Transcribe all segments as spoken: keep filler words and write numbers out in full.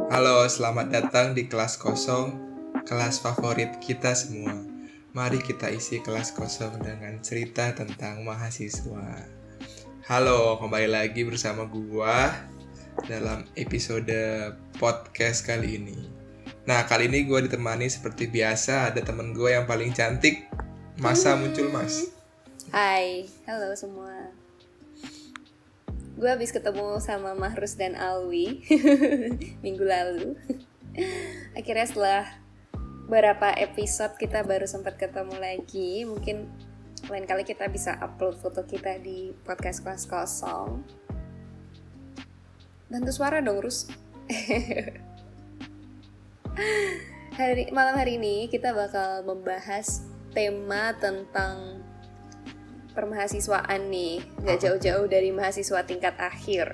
Halo, selamat datang di kelas kosong, kelas favorit kita semua. Mari kita isi kelas kosong dengan cerita tentang mahasiswa. Halo, kembali lagi bersama gua dalam episode podcast kali ini. Nah, kali ini gua ditemani seperti biasa, ada temen gua yang paling cantik. Masa muncul, Mas? Hai, halo semua. Gue habis ketemu sama Mahrus dan Alwi minggu lalu. Akhirnya setelah beberapa episode kita baru sempat ketemu lagi. Mungkin lain kali kita bisa upload foto kita di podcast kelas kosong. Bantu suara dong, Rus. hari malam hari ini kita bakal membahas tema tentang permahasiswaan nih, nggak jauh-jauh dari mahasiswa tingkat akhir.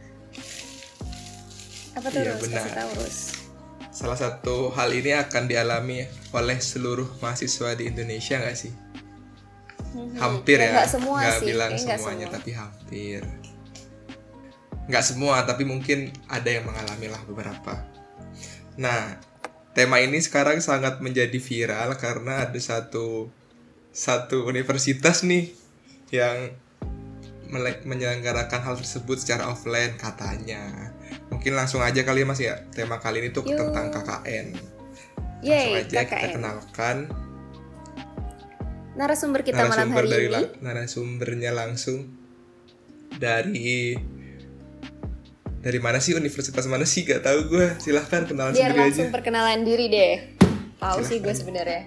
Apa tuh, Iya, Rus? benar. Kasih tahu, Rus. Salah satu hal ini akan dialami oleh seluruh mahasiswa di Indonesia nggak sih? Hmm, Hampir ya, nggak semua nggak sih, bilang kayaknya nggak semuanya semua. tapi hampir. Nggak semua, tapi mungkin ada yang mengalami lah beberapa. Nah, tema ini sekarang sangat menjadi viral karena ada satu satu universitas nih yang mele- menyelenggarakan hal tersebut secara offline katanya. Mungkin langsung aja kali ya Mas ya, tema kali ini tuh Yuk. tentang K K N. Langsung Yeay, aja K K N. kita kenalkan Narasumber kita malam narasumber hari dari ini. la- narasumbernya langsung dari dari mana sih, universitas mana sih, gak tahu gue. Silahkan kenalan Biar sendiri langsung aja. perkenalan diri deh. Tahu sih gue Silahkan. sebenarnya.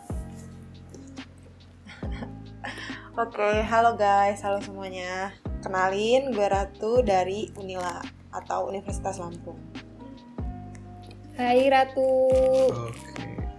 Oke, halo guys, halo semuanya. Kenalin, gue Ratu dari Unila atau Universitas Lampung. Hai Ratu. Oke.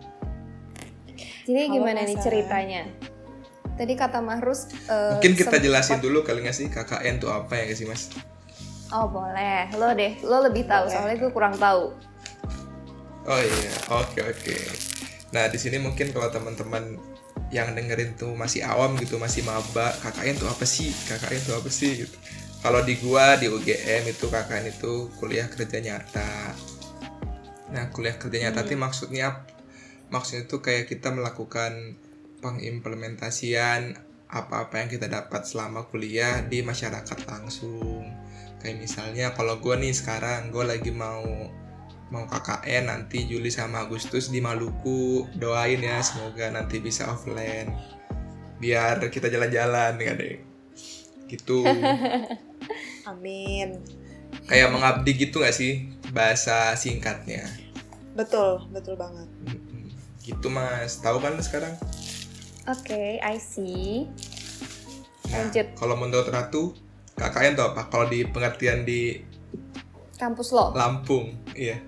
Jadi Halo, gimana nih Masa. ceritanya? Tadi kata Mahrus. eh, Mungkin kita sempat- jelasin dulu kali nggak sih K K N tuh apa ya nggak sih Mas? Oh boleh, lo deh, lo lebih tahu Boleh. soalnya gue kurang tahu. Oh iya, oke oke. Nah di sini mungkin kalau teman-teman yang dengerin tuh masih awam gitu, masih maba, K K N tuh apa sih? K K N tuh apa sih? Gitu. Kalau di gua di U G M itu K K N itu kuliah kerja nyata. Nah kuliah kerja nyata itu maksudnya maksudnya tuh kayak kita melakukan pengimplementasian apa-apa yang kita dapat selama kuliah di masyarakat langsung. Kayak misalnya kalau gua nih sekarang gua lagi mau mau K K N nanti Juli sama Agustus di Maluku, doain ya semoga nanti bisa offline biar kita jalan-jalan ya deh gitu. Amin. Kayak mengabdi gitu gak sih bahasa singkatnya. Betul, betul banget. Mm-mm. Gitu Mas, tahu kan sekarang? Oke, I see. Nah, Lanjut. kalau menurut Ratu K K N tuh apa kalau di pengertian di Kampus lo. Lampung? Iya.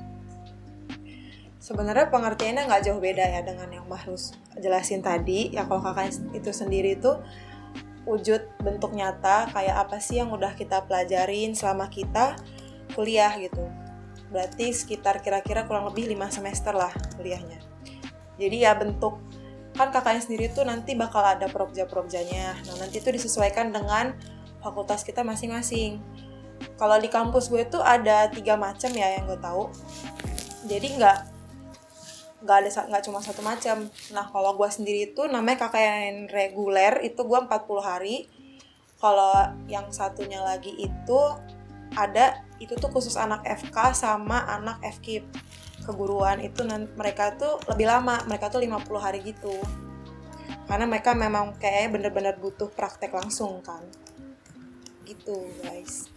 Sebenarnya pengertiannya nggak jauh beda ya dengan yang Mahrus jelasin tadi. Ya kalau kakak itu sendiri itu wujud bentuk nyata kayak apa sih yang udah kita pelajarin selama kita kuliah gitu. Berarti sekitar kira-kira kurang lebih lima semester lah kuliahnya. Jadi ya bentuk, kan K K N sendiri tuh nanti bakal ada prokja-prokjanya. Nah nanti tuh disesuaikan dengan fakultas kita masing-masing. Kalau di kampus gue tuh ada tiga macam ya yang gue tahu. Jadi nggak nggak ada nggak cuma satu macam. Nah kalau gue sendiri itu namanya K K N reguler itu gue empat puluh hari. Kalau yang satunya lagi itu ada itu tuh khusus anak F K sama anak F K I P keguruan itu nan- mereka tuh lebih lama, mereka tuh lima puluh hari gitu. Karena mereka memang kayaknya bener-bener butuh praktek langsung kan. Gitu guys.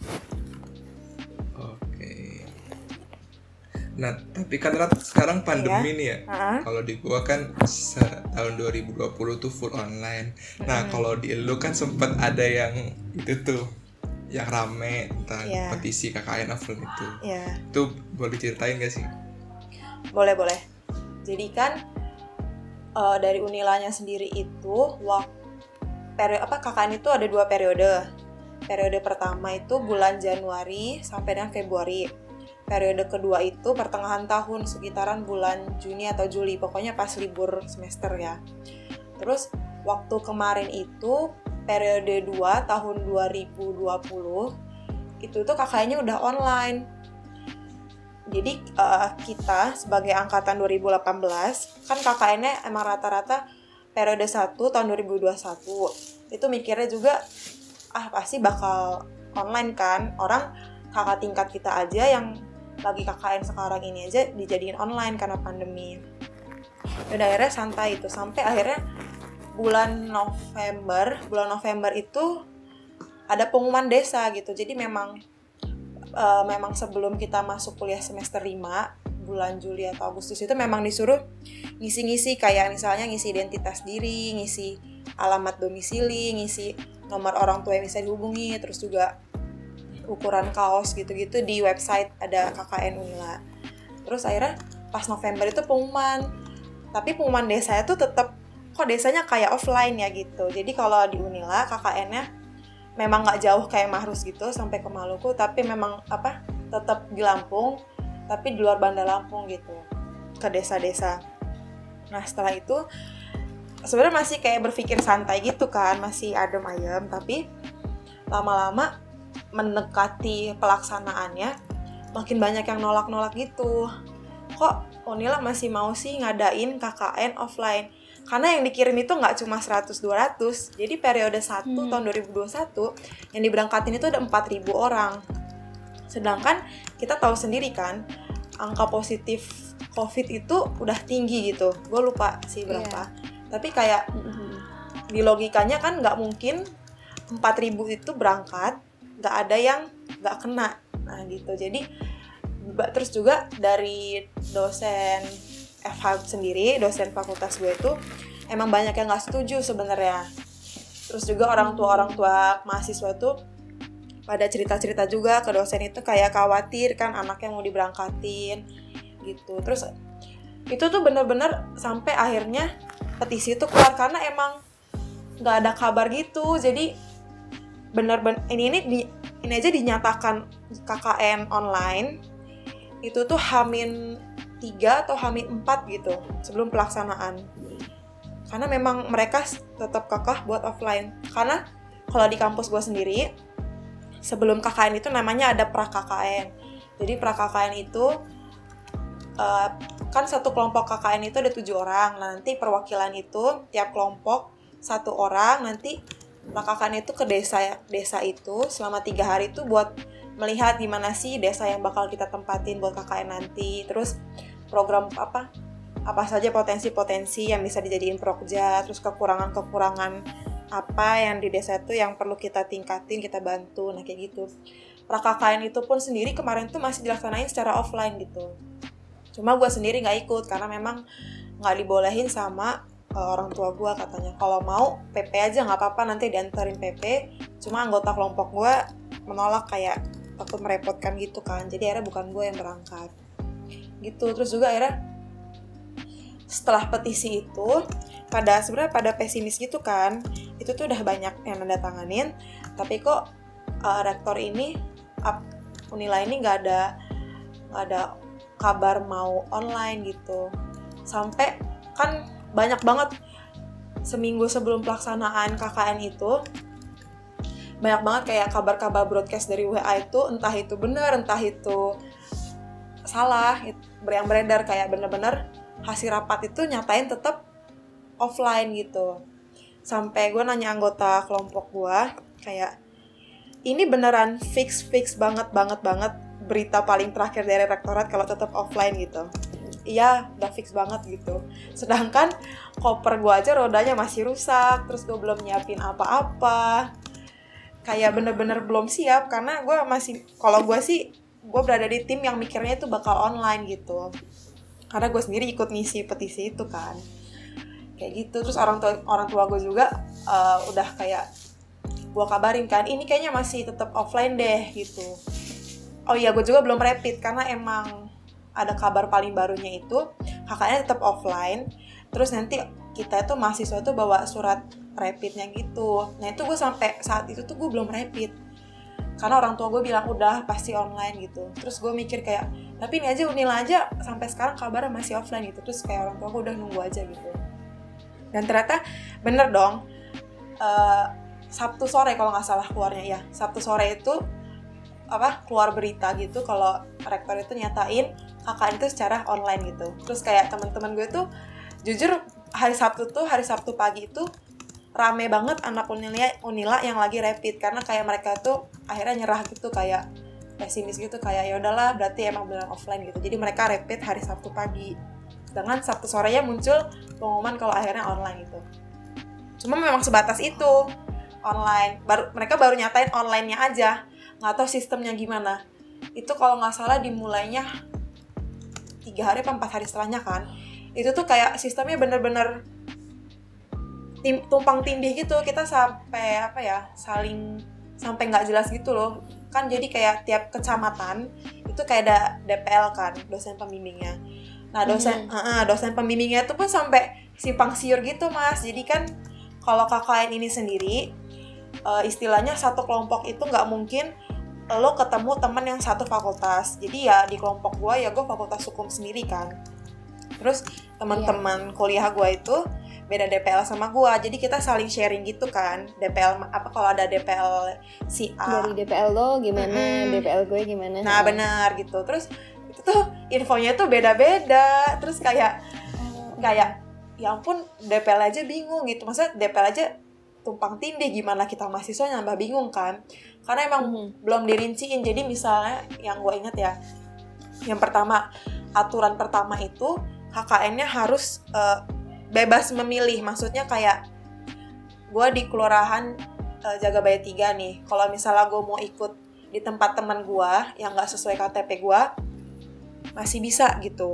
Oke. Nah, tapi kan Rat, sekarang pandemi nih ya. Heeh. Kalau di gua kan se- tahun dua ribu dua puluh tuh full online. Nah, kalau di lu kan sempat ada yang itu tuh yang rame tentang Iya. petisi K K N offline itu. Ya. Itu boleh ceritain gak sih? Boleh, boleh. Jadi kan uh, dari Unilanya sendiri itu wak, periode apa K K N itu ada dua periode. Periode pertama itu bulan Januari sampai dengan Februari. Periode kedua itu pertengahan tahun sekitaran bulan Juni atau Juli, pokoknya pas libur semester ya. Terus waktu kemarin itu periode dua tahun dua ribu dua puluh itu tuh K K N-nya udah online. Jadi uh, kita sebagai angkatan dua ribu delapan belas kan K K N-nya emang rata-rata periode satu tahun dua ribu dua puluh satu. Itu mikirnya juga ah pasti bakal online kan. Orang kakak tingkat kita aja yang lagi K K N sekarang ini aja dijadiin online karena pandemi. Dan akhirnya santai itu sampai akhirnya bulan November, bulan November itu ada pengumuman desa gitu. Jadi memang uh, memang sebelum kita masuk kuliah semester lima, bulan Juli atau Agustus itu memang disuruh ngisi-ngisi kayak misalnya ngisi identitas diri, ngisi alamat domisili, ngisi nomor orang tua yang bisa dihubungi, terus juga ukuran kaos gitu-gitu di website ada K K N Unila. Terus akhirnya pas November itu pengumuman, tapi pengumuman desanya tuh tetap kok desanya kayak offline ya gitu. Jadi kalau di Unila K K N-nya memang nggak jauh kayak Mahrus gitu sampai ke Maluku, tapi memang apa tetap di Lampung, tapi di luar Bandar Lampung gitu, ke desa-desa. Nah setelah itu sebenarnya masih kayak berpikir santai gitu kan, masih adem ayem, tapi lama-lama mendekati pelaksanaannya makin banyak yang nolak-nolak gitu. Kok Unila masih mau sih ngadain K K N offline? Karena yang dikirim itu nggak cuma seratus dua ratus. Jadi periode satu hmm. tahun dua ribu dua puluh satu yang diberangkatin itu ada empat ribu orang. Sedangkan kita tahu sendiri kan, angka positif COVID itu udah tinggi gitu. Gue lupa sih berapa. Yeah. Tapi kayak mm-hmm. di logikanya kan nggak mungkin empat ribu itu berangkat, nggak ada yang nggak kena. Nah gitu. Jadi terus juga dari dosen F H sendiri, dosen fakultas gue itu emang banyak yang nggak setuju sebenarnya. Terus juga orang tua orang tua mahasiswa itu pada cerita-cerita juga ke dosen itu kayak khawatir kan anaknya mau diberangkatin gitu. Terus itu tuh bener-bener sampai akhirnya petisi itu keluar karena emang nggak ada kabar gitu. Jadi bener-bener ini ini di, ini aja dinyatakan K K N online itu tuh Hamin tiga atau Hamin empat gitu sebelum pelaksanaan. Karena memang mereka tetap kekeh buat offline. Karena kalau di kampus gue sendiri sebelum K K N itu namanya ada pra-K K N. Jadi pra-K K N itu uh, kan satu kelompok K K N itu ada tujuh orang. Nah, nanti perwakilan itu tiap kelompok satu orang, nanti pra-K K N itu ke desa desa itu selama tiga hari itu buat melihat gimana sih desa yang bakal kita tempatin buat K K N nanti. Terus program apa apa saja potensi-potensi yang bisa dijadiin prokja, terus kekurangan-kekurangan apa yang di desa itu yang perlu kita tingkatin, kita bantu, nah kayak gitu. Pra-K K N itu pun sendiri kemarin tuh masih dilaksanain secara offline gitu. Cuma gue sendiri nggak ikut karena memang nggak dibolehin sama uh, orang tua gue katanya. Kalau mau P P aja nggak apa-apa, nanti diantarin P P. Cuma anggota kelompok gue menolak kayak takut merepotkan gitu kan. Jadi akhirnya bukan gue yang berangkat. Gitu. Terus juga akhirnya setelah petisi itu pada sebenarnya pada pesimis gitu kan, itu tuh udah banyak yang nandatanganin, tapi kok uh, rektor ini up, Unila ini nggak ada nggak ada kabar mau online gitu. Sampai kan banyak banget seminggu sebelum pelaksanaan K K N itu banyak banget kayak kabar-kabar broadcast dari W A itu entah itu benar entah itu salah, yang beredar kayak bener-bener hasil rapat itu nyatain tetap offline gitu. Sampai gue nanya anggota kelompok gue kayak ini beneran fix fix banget banget banget berita paling terakhir dari rektorat kalau tetap offline gitu. Iya udah fix banget gitu. Sedangkan koper gue aja rodanya masih rusak, terus gue belum nyiapin apa-apa, kayak bener-bener belum siap karena gue masih, kalau gue sih gue berada di tim yang mikirnya itu bakal online gitu. Karena gue sendiri ikut ngisi petisi itu kan. Kayak gitu. Terus orang tua orang tua gue juga uh, udah kayak gue kabarin kan, ini kayaknya masih tetap offline deh gitu. Oh iya, gue juga belum rapid karena emang ada kabar paling barunya itu K K N tetap offline. Terus nanti kita itu mahasiswa itu bawa surat rapidnya gitu. Nah itu gue sampai saat itu tuh gue belum rapid karena orang tua gue bilang udah pasti online gitu. Terus gue mikir kayak tapi ini aja Unila aja sampai sekarang kabarnya masih offline gitu. Terus kayak orang tua gue udah nunggu aja gitu. Dan ternyata bener dong, uh, Sabtu sore kalau nggak salah keluarnya ya. Sabtu sore itu apa keluar berita gitu kalau rektor itu nyatain K K N itu secara online gitu. Terus kayak teman-teman gue tuh jujur hari Sabtu tuh hari Sabtu pagi itu rame banget anak Unila Unila yang lagi rapid karena kayak mereka tuh akhirnya nyerah gitu, kayak pesimis gitu, kayak ya udahlah berarti emang beneran offline gitu. Jadi mereka rapid hari Sabtu pagi. Sedangkan Sabtu sorenya muncul pengumuman kalau akhirnya online gitu. Cuma memang sebatas itu online. Baru mereka baru nyatain online-nya aja. Nggak tahu sistemnya gimana. Itu kalau nggak salah dimulainya tiga hari atau empat hari setelahnya kan. Itu tuh kayak sistemnya bener-bener tim, tumpang tindih gitu. Kita sampai apa ya saling sampai nggak jelas gitu loh. Kan jadi kayak tiap kecamatan itu kayak ada D P L kan, dosen pembimbingnya. Nah dosen mm-hmm. uh, dosen pembimbingnya itu pun sampai simpang siur gitu mas. Jadi kan kalau K K N ini sendiri uh, istilahnya satu kelompok itu nggak mungkin lo ketemu teman yang satu fakultas. Jadi ya di kelompok gue ya gue fakultas hukum sendiri kan. Terus teman-teman yeah. kuliah gue itu beda D P L sama gue. Jadi kita saling sharing gitu kan. D P L apa kalau ada D P L si A. Dari D P L lo gimana, mm-hmm. D P L gue gimana. Nah oh. benar gitu. Terus itu tuh infonya tuh beda-beda. Terus kayak oh. kayak ya ampun D P L aja bingung gitu. Maksudnya D P L aja tumpang tindih, gimana kita mahasiswa nambah bingung kan. Karena emang hmm. belum dirinciin. Jadi misalnya yang gue inget ya, yang pertama aturan pertama itu K K N-nya harus uh, bebas memilih. Maksudnya kayak gue di kelurahan uh, Jagabaya tiga nih, kalau misalnya gue mau ikut di tempat teman gue yang gak sesuai K T P gue masih bisa gitu.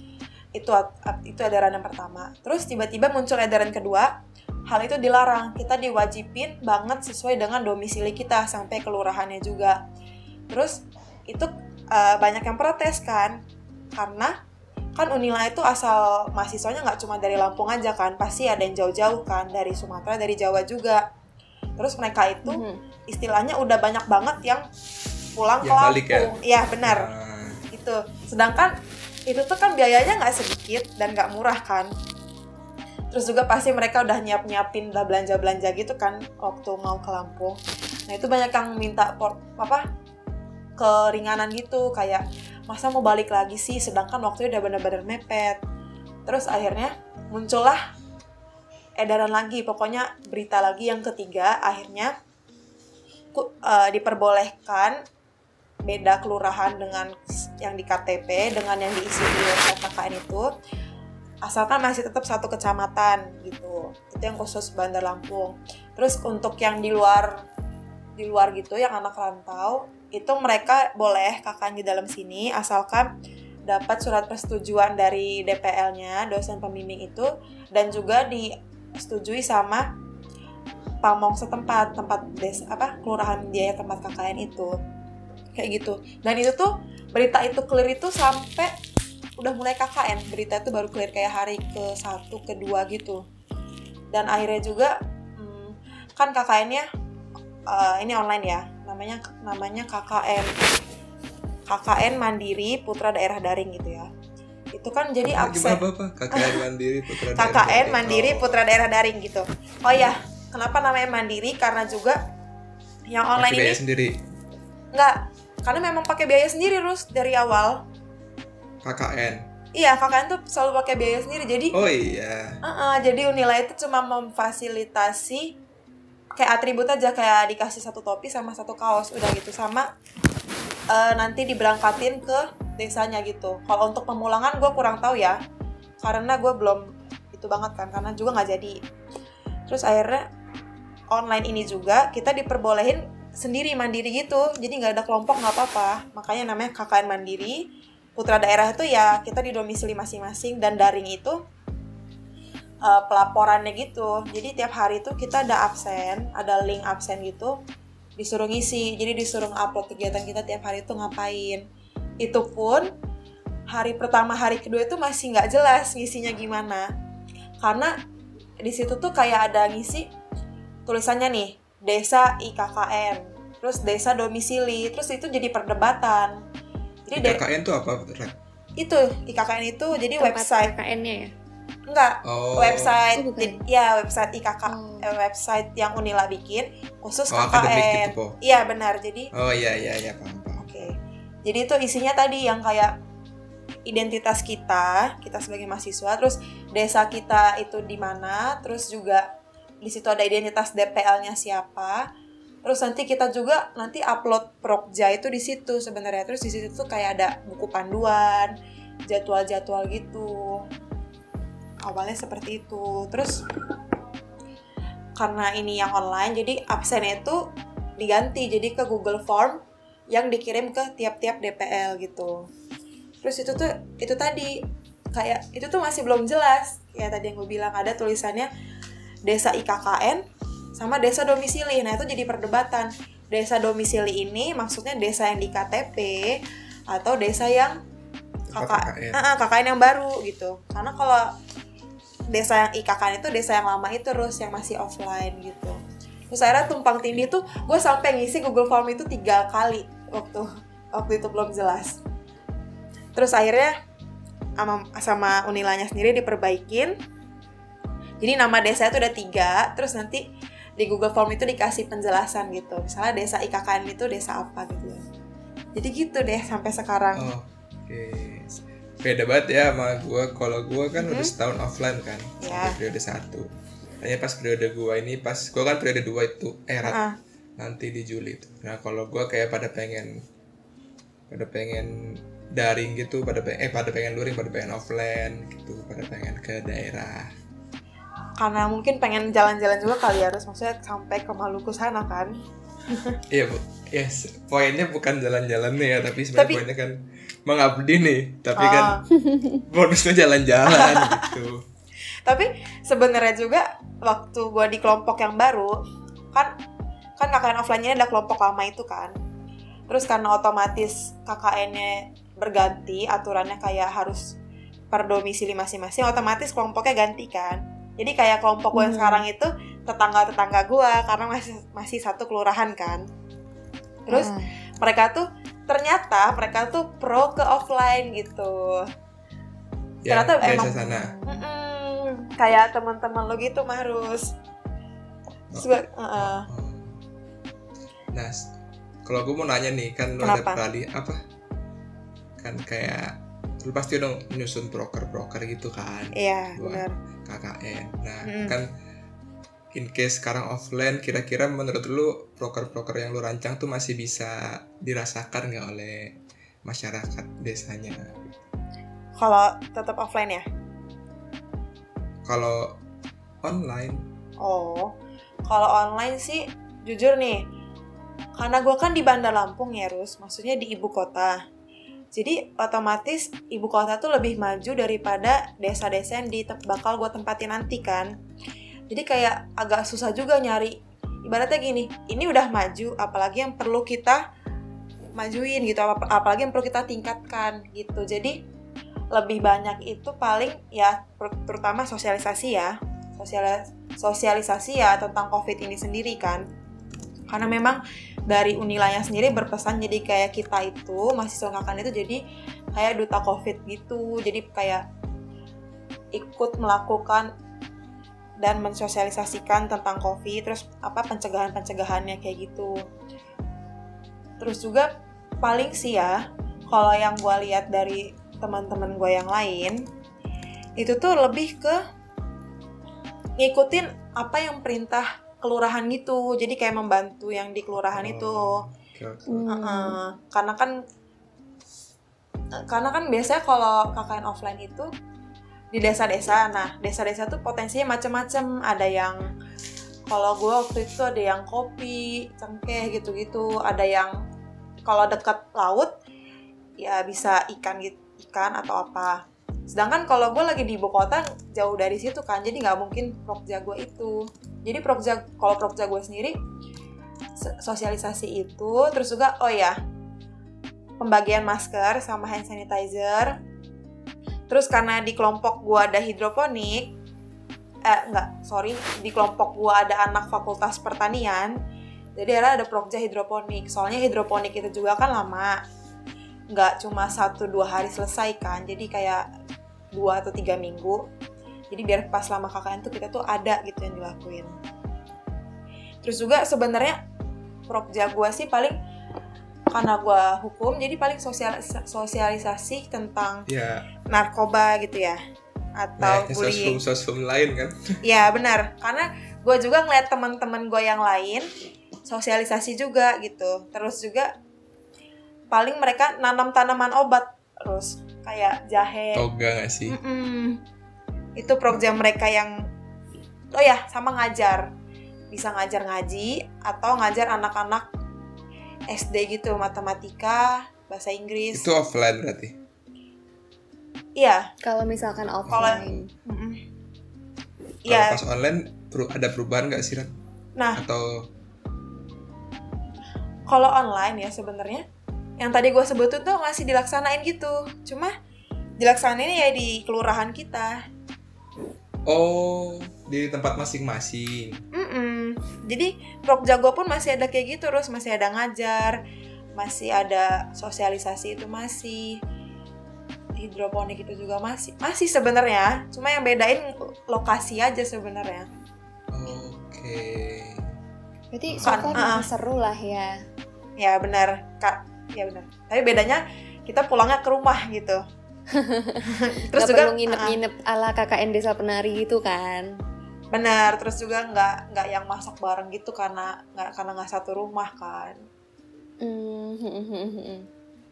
Itu itu edaran yang pertama. Terus tiba-tiba muncul edaran kedua, hal itu dilarang. Kita diwajibin banget sesuai dengan domisili kita sampai kelurahannya juga. Terus itu uh, banyak yang protes kan, karena kan Unila itu asal mahasiswanya nggak cuma dari Lampung aja kan, pasti ada yang jauh-jauh kan, dari Sumatera, dari Jawa juga. Terus mereka itu mm-hmm. istilahnya udah banyak banget yang pulang yang ke Lampung. Iya ya, benar. Nah. Itu. Sedangkan itu tuh kan biayanya nggak sedikit dan nggak murah kan. Terus juga pasti mereka udah nyiap-nyiapin, udah belanja-belanja gitu kan waktu mau ke Lampung. Nah itu banyak yang minta por, apa keringanan gitu, kayak masa mau balik lagi sih, sedangkan waktunya udah benar-benar mepet. Terus akhirnya muncullah edaran lagi, pokoknya berita lagi yang ketiga, akhirnya uh, diperbolehkan beda kelurahan dengan yang di K T P dengan yang diisi di website K K N itu, asalkan masih tetap satu kecamatan gitu. Itu yang khusus Bandar Lampung. Terus untuk yang di luar di luar gitu, yang anak rantau, itu mereka boleh K K N di dalam sini asalkan dapat surat persetujuan dari D P L-nya, dosen pembimbing itu, dan juga disetujui sama pamong setempat, tempat desa apa kelurahan dia tempat K K N itu. Kayak gitu. Dan itu tuh berita itu clear itu sampai udah mulai K K N. Berita itu baru clear kayak hari ke satu, ke dua gitu. Dan akhirnya juga hmm, kan K K N-nya uh, ini online ya. Namanya namanya K K N K K N Mandiri Putra Daerah Daring gitu ya. Itu kan jadi absen. Gimana apa? K K N Mandiri Putra Daerah Daring. K K N Mandiri oh. Putra Daerah Daring gitu. Oh ya, kenapa namanya Mandiri? Karena juga yang online pakai biaya ini sendiri. Enggak, karena memang pakai biaya sendiri Rus dari awal. K K N. Iya, K K N tuh selalu pakai biaya sendiri. Jadi Oh iya. Uh-uh, jadi Unila itu cuma memfasilitasi kayak atribut aja, kayak dikasih satu topi sama satu kaos, udah gitu, sama uh, nanti diberangkatin ke desanya gitu. Kalau untuk pemulangan gue kurang tahu ya, karena gue belum itu banget kan, karena juga nggak jadi. Terus akhirnya online ini juga kita diperbolehin sendiri mandiri gitu, jadi nggak ada kelompok nggak apa-apa. Makanya namanya K K N Mandiri Putra Daerah itu ya kita di domisili masing-masing, dan daring itu Uh, pelaporannya gitu. Jadi tiap hari tuh kita ada absen, ada link absen gitu, disuruh ngisi. Jadi disuruh upload kegiatan kita tiap hari tuh ngapain. Itu pun hari pertama, hari kedua itu masih nggak jelas ngisinya gimana. Karena di situ tuh kayak ada ngisi tulisannya nih, desa I K K N, terus desa domisili, terus itu jadi perdebatan. Jadi I K K N tuh apa? Itu I K K N itu jadi tempat website K K N-nya ya? Enggak, oh. website oh, di, ya website I K K, oh. eh, website yang Unila bikin khusus oh, K K N. Gitu, iya benar, jadi oh iya iya iya paham, paham. Jadi itu isinya tadi yang kayak identitas kita, kita sebagai mahasiswa, terus desa kita itu di mana, terus juga di situ ada identitas D P L-nya siapa. Terus nanti kita juga nanti upload Prokja itu di situ sebenarnya. Terus di situ tuh kayak ada buku panduan, jadwal-jadwal gitu. Awalnya seperti itu. Terus karena ini yang online, jadi absennya itu diganti jadi ke Google Form yang dikirim ke tiap-tiap D P L gitu. Terus itu tuh itu tadi kayak itu tuh masih belum jelas. Ya tadi yang gue bilang ada tulisannya desa I K K N sama desa domisili. Nah, itu jadi perdebatan. Desa domisili ini maksudnya desa yang di K T P atau desa yang K K N, uh, K K N yang baru gitu. Karena kalau desa yang I K K N itu desa yang lama itu terus yang masih offline gitu. Terus akhirnya tumpang tindih tuh gue sampai ngisi Google Form itu tiga kali waktu waktu itu belum jelas. Terus akhirnya sama, sama Unilanya sendiri diperbaikin. Jadi nama desa itu udah tiga, terus nanti di Google Form itu dikasih penjelasan gitu. Misalnya desa I K K N itu desa apa gitu. Jadi gitu deh sampai sekarang. Oh, oke. Okay. Beda banget ya sama gue. Kalau gue kan mm-hmm. udah setahun offline kan, yeah. sampai periode satu. Tanya pas periode gue ini, pas gue kan periode dua itu erat uh-uh. nanti di Juli itu. Nah kalau gue kayak pada pengen, pada pengen daring gitu, pada pengen, eh pada pengen luring, pada pengen offline gitu, pada pengen ke daerah. Karena mungkin pengen jalan-jalan juga kali ya, harus maksudnya sampai ke Maluku sana kan. Iya bu, yes, poinnya bukan jalan-jalan nih ya, tapi sebenarnya tapi, poinnya kan mengabdi nih, tapi oh. kan bonusnya jalan-jalan gitu. Tapi sebenarnya juga waktu gue di kelompok yang baru, kan kan K K N offline-nya ada kelompok lama itu kan. Terus karena otomatis K K N-nya berganti, aturannya kayak harus per domisili masing-masing, otomatis kelompoknya ganti kan. Jadi kayak kelompok gue yang sekarang itu tetangga-tetangga gue karena masih masih satu kelurahan kan. Terus hmm. mereka tuh ternyata mereka tuh pro ke offline gitu. Ya, ternyata emang sana. Kayak teman-teman lo gitu Mahrus. Seba- oh. Uh-uh. Nah, kalau gue mau nanya nih kan lo ada perali apa? Kan kayak lu pasti udah nyusun broker-broker gitu kan. Iya, benar. K K N. Nah, hmm. kan in case sekarang offline, kira-kira menurut lu broker-broker yang lu rancang tuh masih bisa dirasakan nggak oleh masyarakat desanya? Kalau tetap offline ya? Kalau online? Oh, kalau online sih jujur nih, karena gue kan di Bandar Lampung ya Rus, maksudnya di ibu kota. Jadi otomatis ibu kota tuh lebih maju daripada desa-desa yang di te- bakal gue tempatin nanti kan. Jadi kayak agak susah juga nyari. Ibaratnya gini, ini udah maju, apalagi yang perlu kita majuin gitu, ap- apalagi yang perlu kita tingkatkan gitu. Jadi lebih banyak itu paling ya terutama sosialisasi ya, Sosialis- sosialisasi ya tentang COVID ini sendiri kan. Karena memang dari Unilanya sendiri berpesan jadi kayak kita itu mahasiswa K K N itu jadi kayak duta COVID gitu. Jadi kayak ikut melakukan dan mensosialisasikan tentang COVID, terus apa pencegahan-pencegahannya kayak gitu. Terus juga paling sih ya, kalau yang gue lihat dari teman-teman gue yang lain, itu tuh lebih ke ngikutin apa yang perintah kelurahan gitu, jadi kayak membantu yang di kelurahan oh, itu. Okay, okay. Uh-uh. Karena kan, karena kan biasanya kalau K K N offline itu di desa-desa. Nah, desa-desa tuh potensinya macam-macam. Ada yang kalau gue waktu itu ada yang kopi, cengkeh gitu-gitu. Ada yang kalau dekat laut ya bisa ikan gitu, ikan atau apa. Sedangkan kalau gue lagi di ibu kota jauh dari situ kan, jadi nggak mungkin prokja gue itu. Jadi prokja, kalau prokja gue sendiri sosialisasi itu, terus juga oh ya pembagian masker sama hand sanitizer. Terus karena di kelompok gue ada hidroponik, eh enggak, sorry, di kelompok gue ada anak fakultas pertanian, jadi ada prokja hidroponik. Soalnya hidroponik itu juga kan lama, nggak cuma satu dua hari selesai kan, jadi kayak dua atau tiga minggu. Jadi biar pas lama K K N tuh kita tuh ada gitu yang dilakuin. Terus juga sebenarnya prokja gue sih paling karena gue hukum jadi paling sosial sosialisasi tentang Ya, narkoba gitu ya, atau banyaknya bullying. sosfum-sosfum lain kan. Ya benar, karena gue juga ngeliat teman-teman gue yang lain sosialisasi juga gitu. Terus juga paling mereka nanam tanaman obat terus kayak jahe. Toga gak sih? Mm-mm. Itu program mereka yang oh ya sama ngajar, bisa ngajar ngaji atau ngajar anak-anak S D gitu, matematika, bahasa Inggris. Itu offline berarti. Iya. Kalau misalkan offline. Mm-mm. Kalau Iya. pas online peru- ada perubahan nggak sih Ran? Nah, Atau kalau online ya sebenarnya yang tadi gue sebutin tuh masih dilaksanain gitu. Cuma dilaksanain ya di kelurahan kita. oh di tempat masing-masing. Mm-mm. Jadi Prok Jago pun masih ada kayak gitu, terus masih ada ngajar, masih ada sosialisasi itu masih, hidroponik itu juga masih, masih sebenarnya. Cuma yang bedain lokasi aja sebenarnya. Oke. Berarti so Kan, far uh-uh. masih seru lah ya. Ya benar, Kak. Ya benar. Tapi bedanya kita pulangnya ke rumah gitu. Terus Gak juga perlu nginep-nginep ala K K N Desa Penari gitu kan. benar, terus juga nggak nggak yang masak bareng gitu karena nggak karena nggak satu rumah kan. Hmm.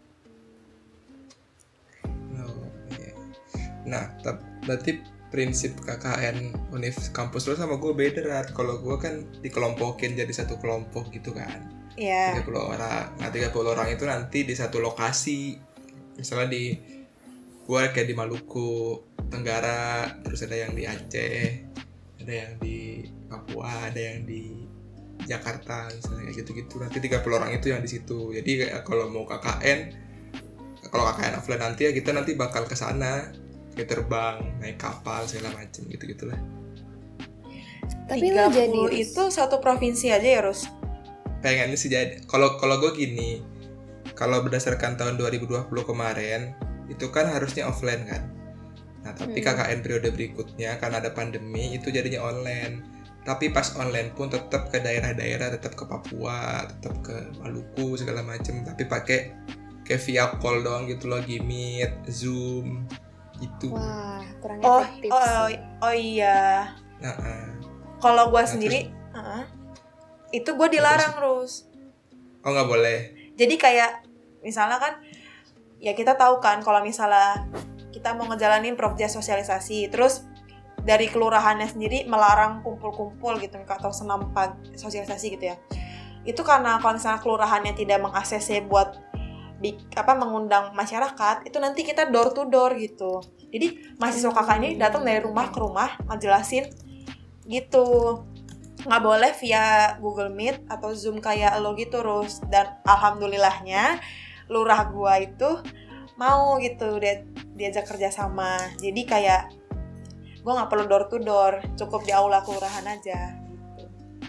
Oh, iya. Nah, tap- berarti prinsip K K N Univ kampus lo sama gue beda, Rat. Kalau gue kan dikelompokin jadi satu kelompok gitu kan. Iya. tiga puluh orang. Nah, tiga puluh orang itu nanti di satu lokasi. Misalnya di gue kayak di Maluku Tenggara, terus ada yang di Aceh, ada yang di Papua, ada yang di Jakarta misalnya kayak gitu-gitu. Nanti tiga puluh orang itu yang di situ. Jadi kayak kalau mau K K N, kalau K K N offline nanti ya kita nanti bakal ke sana, kayak terbang, naik kapal segala macem gitu-gitulah. Tapi tiga lo jadi puluh itu satu provinsi aja ya, Rus? Pengennya sih jadi. Kalau kalau gue gini, kalau berdasarkan tahun dua ribu dua puluh kemarin itu kan harusnya offline kan. Nah, tapi Hmm. K K N periode berikutnya karena ada pandemi itu jadinya online. Tapi pas online pun tetap ke daerah-daerah, tetap ke Papua, tetap ke Maluku segala macem. Tapi pakai kayak via call doang gitu loh, Meet, Zoom gitu. wah kurang Oh, efektif oh, sih. oh iya. Nah, ah. Kalau gue Nah, sendiri, uh-uh, itu gue dilarang, Rus. oh nggak boleh. Jadi kayak misalnya kan, ya kita tahu kan kalau misalnya kita mau ngejalanin program sosialisasi, terus dari kelurahannya sendiri melarang kumpul-kumpul gitu atau senam pagi sosialisasi gitu ya. Itu karena kalau misalnya kelurahannya tidak meng-A C C buat di, apa mengundang masyarakat, itu nanti kita door to door gitu. Jadi mahasiswa K K N ini datang dari rumah ke rumah ngejelasin gitu. Nggak boleh via Google Meet atau Zoom kayak lo gitu, Rus. Dan alhamdulillahnya lurah gua itu mau gitu dia diajak kerja sama. Jadi kayak gua nggak perlu door to door, cukup di aula kelurahan aja gitu.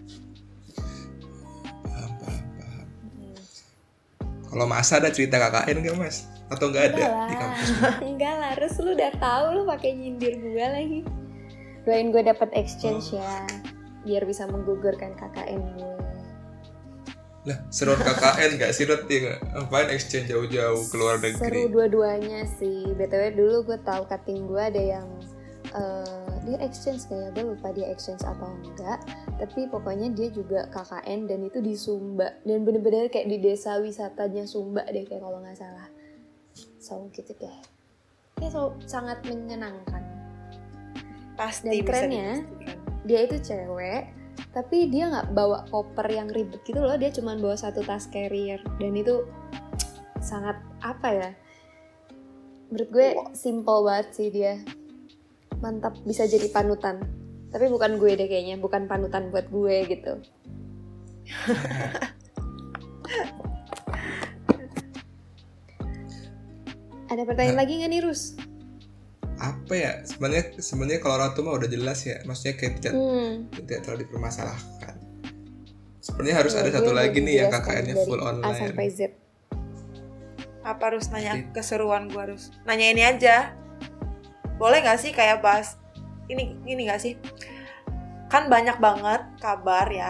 Paham, paham, paham. Hmm. Kalau Masa ada cerita K K N nggak Mas? Atau nggak ada Enggak di lah. kampus? Enggak lah, Rus lu udah tahu lu pakai nyindir gue lagi. Doain gue dapet exchange Oh. ya, biar bisa menggugurkan K K N gue. Lah, seru K K N nggak sih, Rat? Ya nggak? Ngapain exchange jauh-jauh ke luar Seru negeri? dua-duanya sih. B T W dulu gue tahu cutting gue ada yang eh, dia exchange kayak, gue lupa dia exchange atau enggak. Tapi pokoknya dia juga K K N dan itu di Sumba. Dan bener-bener kayak di desa wisatanya Sumba deh kayak kalau nggak salah. So gitu deh. Kayak so, sangat menyenangkan. Pasti Dan bisa kerennya, dipastikan. dia itu cewek, tapi dia nggak bawa koper yang ribet gitu loh. Dia cuma bawa satu tas carrier. Dan itu sangat apa ya, menurut gue simple banget sih dia. Mantap, bisa jadi panutan. Tapi bukan gue deh kayaknya, bukan panutan buat gue gitu. Ada pertanyaan lagi nggak nih, Rus? Apa ya? Sebenarnya sebenarnya kalau Ratu mah udah jelas ya. Maksudnya kayak tidak, Hmm. tidak terlalu dipermasalahkan. Sebenarnya harus Ya, ada gue satu mau lagi nih yang dijelaskan K K N-nya dari full A sampai online. Z. Apa harus nanya keseruan gua, harus nanya ini aja. Boleh nggak sih kayak bahas ini ini nggak sih? Kan banyak banget kabar ya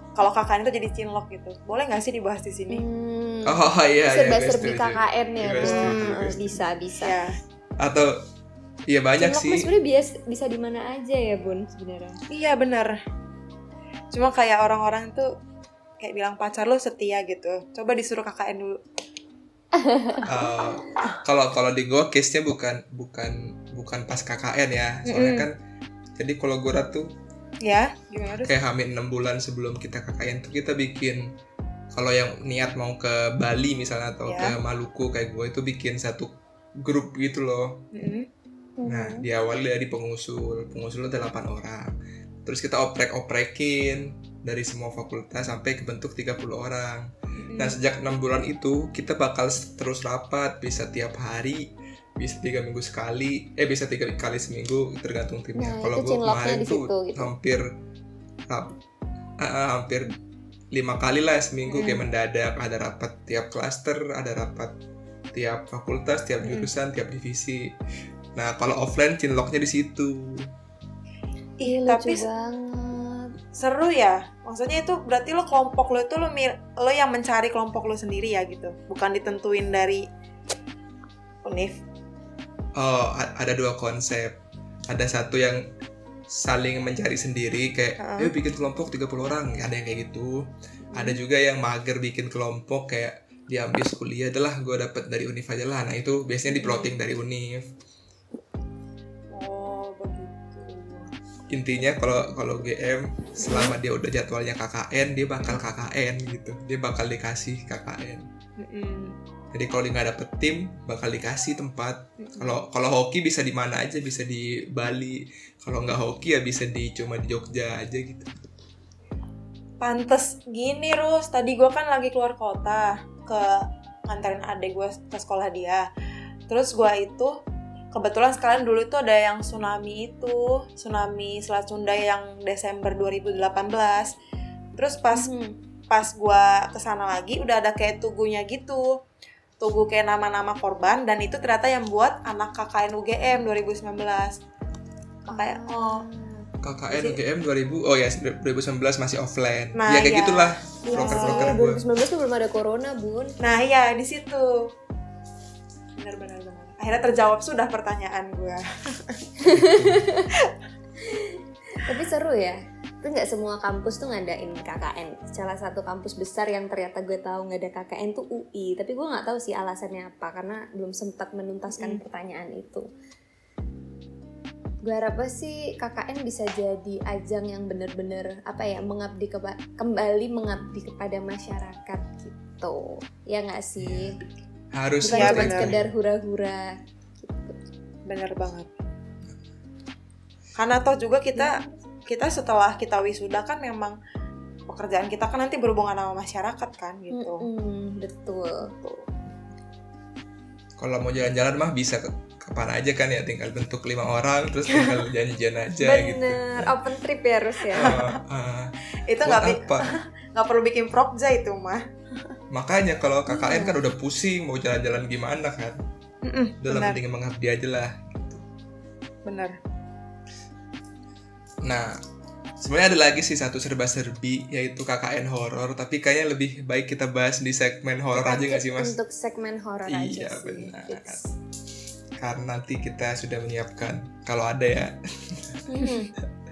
kalau K K N itu jadi cinlok gitu. Boleh nggak sih dibahas di sini? Hmm, Oh iya, iya, serba-serbi gue K setuju. K N ya, Gue Bu. setuju, gue Heeh, setuju. bisa bisa. Ya. Atau iya banyak Cinlok sih. mah sebenarnya bias bisa di mana aja ya, Bun, sebenarnya. Iya bener. Cuma kayak orang-orang tuh kayak bilang pacar lo setia gitu. Coba disuruh K K N dulu. Uh, Kalau kalau di gue case-nya bukan bukan bukan pas K K N ya. Soalnya Mm-mm. kan jadi kalau gue tuh Ya, gimana terus? kayak hamil enam bulan sebelum kita K K N tuh kita bikin, kalau yang niat mau ke Bali misalnya atau Ya. ke Maluku kayak gue itu bikin satu grup gitu loh. Mm-mm. Nah, diawali dari pengusul. Pengusul ada delapan orang. Terus kita oprek-oprekin dari semua fakultas sampai kebentuk tiga puluh orang. Nah, sejak enam bulan itu kita bakal terus rapat, bisa tiap hari, bisa tiga minggu sekali, eh bisa tiga kali seminggu tergantung timnya. Nah, Kalau itu gue cinloknya kemarin di tuh situ, gitu. hampir rap- ah, ah, hampir lima kali lah seminggu, Mm. kayak mendadak, ada rapat tiap klaster, ada rapat tiap fakultas, tiap Mm. jurusan, tiap divisi. Nah, kalau offline cinloknya di situ. Ih, Ih, tapi lucu banget. seru ya. Maksudnya itu berarti lo kelompok lo itu lo, mir- lo yang mencari kelompok lo sendiri ya gitu. Bukan ditentuin dari univ. Oh, a- ada dua konsep. Ada satu yang saling mencari sendiri kayak, Heeh. "Yuk bikin kelompok tiga puluh orang." Ada yang kayak gitu. Ada juga yang mager bikin kelompok kayak diambil kuliah adalah gue dapet dari univ aja lah. Nah, itu biasanya di plotting dari univ. Oh, begitu. Intinya kalau kalau G M selama dia udah jadwalnya K K N, dia bakal K K N gitu. Dia bakal dikasih K K N. Mm-mm. Jadi kalau dia nggak dapet tim, bakal dikasih tempat. Mm-mm. Kalau kalau hoki bisa di mana aja, bisa di Bali. Kalau nggak hoki ya bisa di cuma di Jogja aja gitu. Pantes gini Rus, tadi gue kan lagi keluar kota ke nganterin adik gue ke sekolah dia. Terus gue itu kebetulan sekalian dulu itu ada yang tsunami itu, tsunami Selat Sunda yang Desember dua ribu delapan belas. Terus pas Hmm. pas gue kesana lagi udah ada kayak tugunya gitu, tugu kayak nama-nama korban, dan itu ternyata yang buat anak K K N U G M dua ribu sembilan belas. Makanya oh K K N U G M dua ribu, oh ya dua ribu sembilan belas masih offline. Nah, Ya kayak iya. gitulah Iya. broker-broker Iya, gue. dua ribu sembilan belas tuh belum ada corona, Bun. nah iya di situ. Benar-benar benar. Akhirnya terjawab sudah pertanyaan gue. Tapi seru ya. Itu nggak semua kampus tuh ngadain K K N. Salah satu kampus besar yang ternyata gue tahu nggak ada K K N tuh U I. Tapi gue nggak tahu sih alasannya apa karena belum sempat menuntaskan Hmm. pertanyaan itu. Gue harap sih K K N bisa jadi ajang yang benar-benar apa ya mengabdi kepa- kembali mengabdi kepada masyarakat gitu. Ya nggak sih? Harus Bukan Ya, cuma benar. sekedar hura-hura. Bener banget. Karena toh juga kita kita setelah kita wisuda kan memang pekerjaan kita kan nanti berhubungan sama masyarakat kan gitu. Mm-mm, betul. Kalau mau jalan-jalan mah bisa ke kapan aja kan ya, tinggal bentuk lima orang terus tinggal janjian aja gitu. Bener, open trip ya Rus ya. Ah, ah. Itu Buat nggak bi- apa? nggak perlu bikin prokja itu mah. Makanya kalau K K N Iya. kan udah pusing mau jalan-jalan gimana kan. Mm-mm, Udah lah bener, mending mengabdi aja lah. bener. Nah, sebenarnya ada lagi sih satu serba-serbi yaitu K K N horor, tapi kayaknya lebih baik kita bahas di segmen horor aja nggak sih Mas? Untuk segmen horor Iya, aja sih. benar. Fix. Karena nanti kita sudah menyiapkan kalau ada ya. Hmm.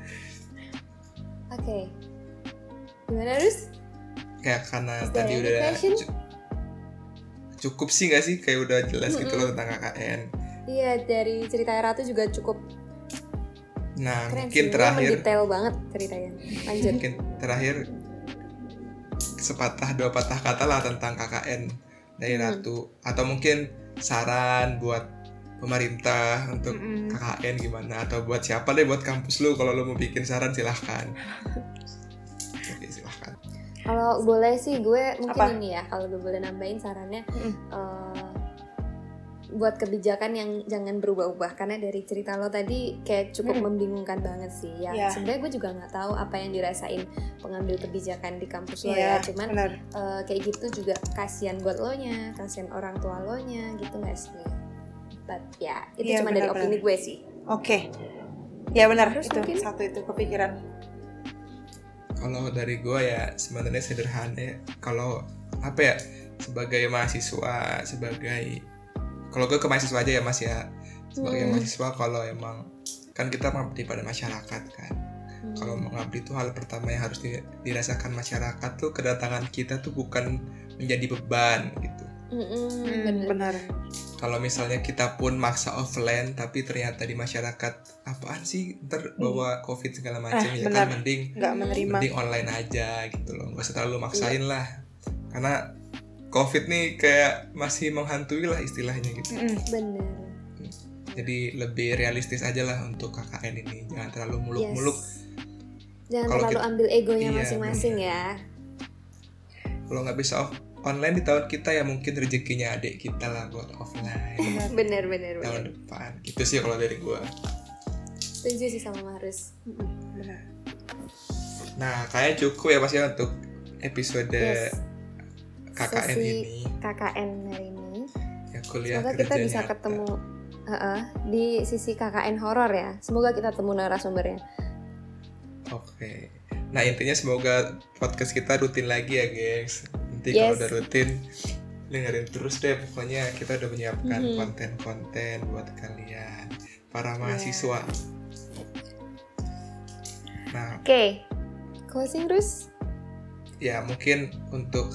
Oke. Gimana Rus? Kayak karena Is there tadi any udah question? cu- cukup sih nggak sih kayak udah jelas gitu Mm-mm. loh tentang K K N. Iya, dari cerita Ratu juga cukup Nah, keren mungkin sih. Dia terakhir mendetail banget ceritanya. Lanjut. mungkin terakhir sepatah dua patah kata lah tentang K K N dari Hmm. Ratu, atau mungkin saran buat pemerintah untuk Mm-mm. K K N gimana, atau buat siapa deh, buat kampus lu kalau lu mau bikin saran silahkan. Oke, silahkan. Kalau boleh sih gue mungkin Apa? ini ya, kalau gue boleh nambahin sarannya Mm-mm. eh, buat kebijakan yang jangan berubah-ubah, karena dari cerita lo tadi kayak cukup Mm-mm. membingungkan banget sih ya. Iya. Sebenarnya gue juga nggak tahu apa yang dirasain pengambil kebijakan di kampus lo Iya, ya, cuman bener. eh, kayak gitu juga kasihan buat lo nya, kasihan orang tua lo nya gitu nggak sih? But ya itu Iya, cuma dari benar-benar. opini gue sih. Oke. Ya benar, Terus itu mungkin? satu itu kepikiran. Kalau dari gue ya sebenarnya sederhana ya. Kalau apa ya, sebagai mahasiswa, sebagai kalau gue ke mahasiswa aja ya Mas ya, sebagai Hmm. mahasiswa kalau emang kan kita mengabdi pada masyarakat kan. Hmm. Kalau mengabdi itu hal pertama yang harus di- dirasakan masyarakat tuh, kedatangan kita tuh bukan menjadi beban gitu. Mm-mm, Hmm, bener. benar. Kalau misalnya kita pun maksa offline tapi ternyata di masyarakat apaan sih ntar bawa covid segala macam, Eh, ya benar. kan mending Nggak menerima. mending online aja gitu loh, nggak usah terlalu maksain lah, karena covid nih kayak masih menghantui lah istilahnya gitu. Mm-mm. Bener. Jadi lebih realistis aja lah untuk K K N ini, jangan terlalu muluk-muluk. Jangan Kalau terlalu kita- ambil egonya Iya, masing-masing ya. Kalau nggak bisa off- online di tahun kita ya mungkin rezekinya adik kita lah buat offline Bener bener tahun bener. depan. Gitu sih kalau dari gua. Setuju sih sama Mahrus. Benar. Nah, kayaknya cukup ya Mas ya untuk episode Yes. K K N Sesi ini. K K N hari ini. Ya, kuliah Semoga kita kerja bisa nyata. ketemu uh-uh, di sisi K K N horor ya. Semoga kita temu narasumbernya. Oke. Nah, intinya semoga podcast kita rutin lagi ya, guys. Nanti kalau Yes. udah rutin dengerin terus deh. Pokoknya kita udah menyiapkan Mhm. konten-konten buat kalian para Iya. mahasiswa. Nah, Oke. Closing Rus? ya mungkin untuk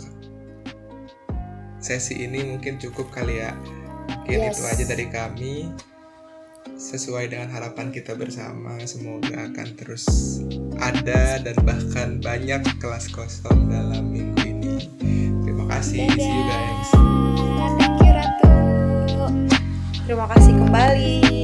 sesi ini mungkin cukup kali ya. Mungkin Yes. itu aja dari kami. Sesuai dengan harapan kita bersama, semoga akan terus ada dan bahkan banyak kelas kosong dalam minggu ini. Terima kasih, see you guys. Thank you Ratu. Terima kasih kembali.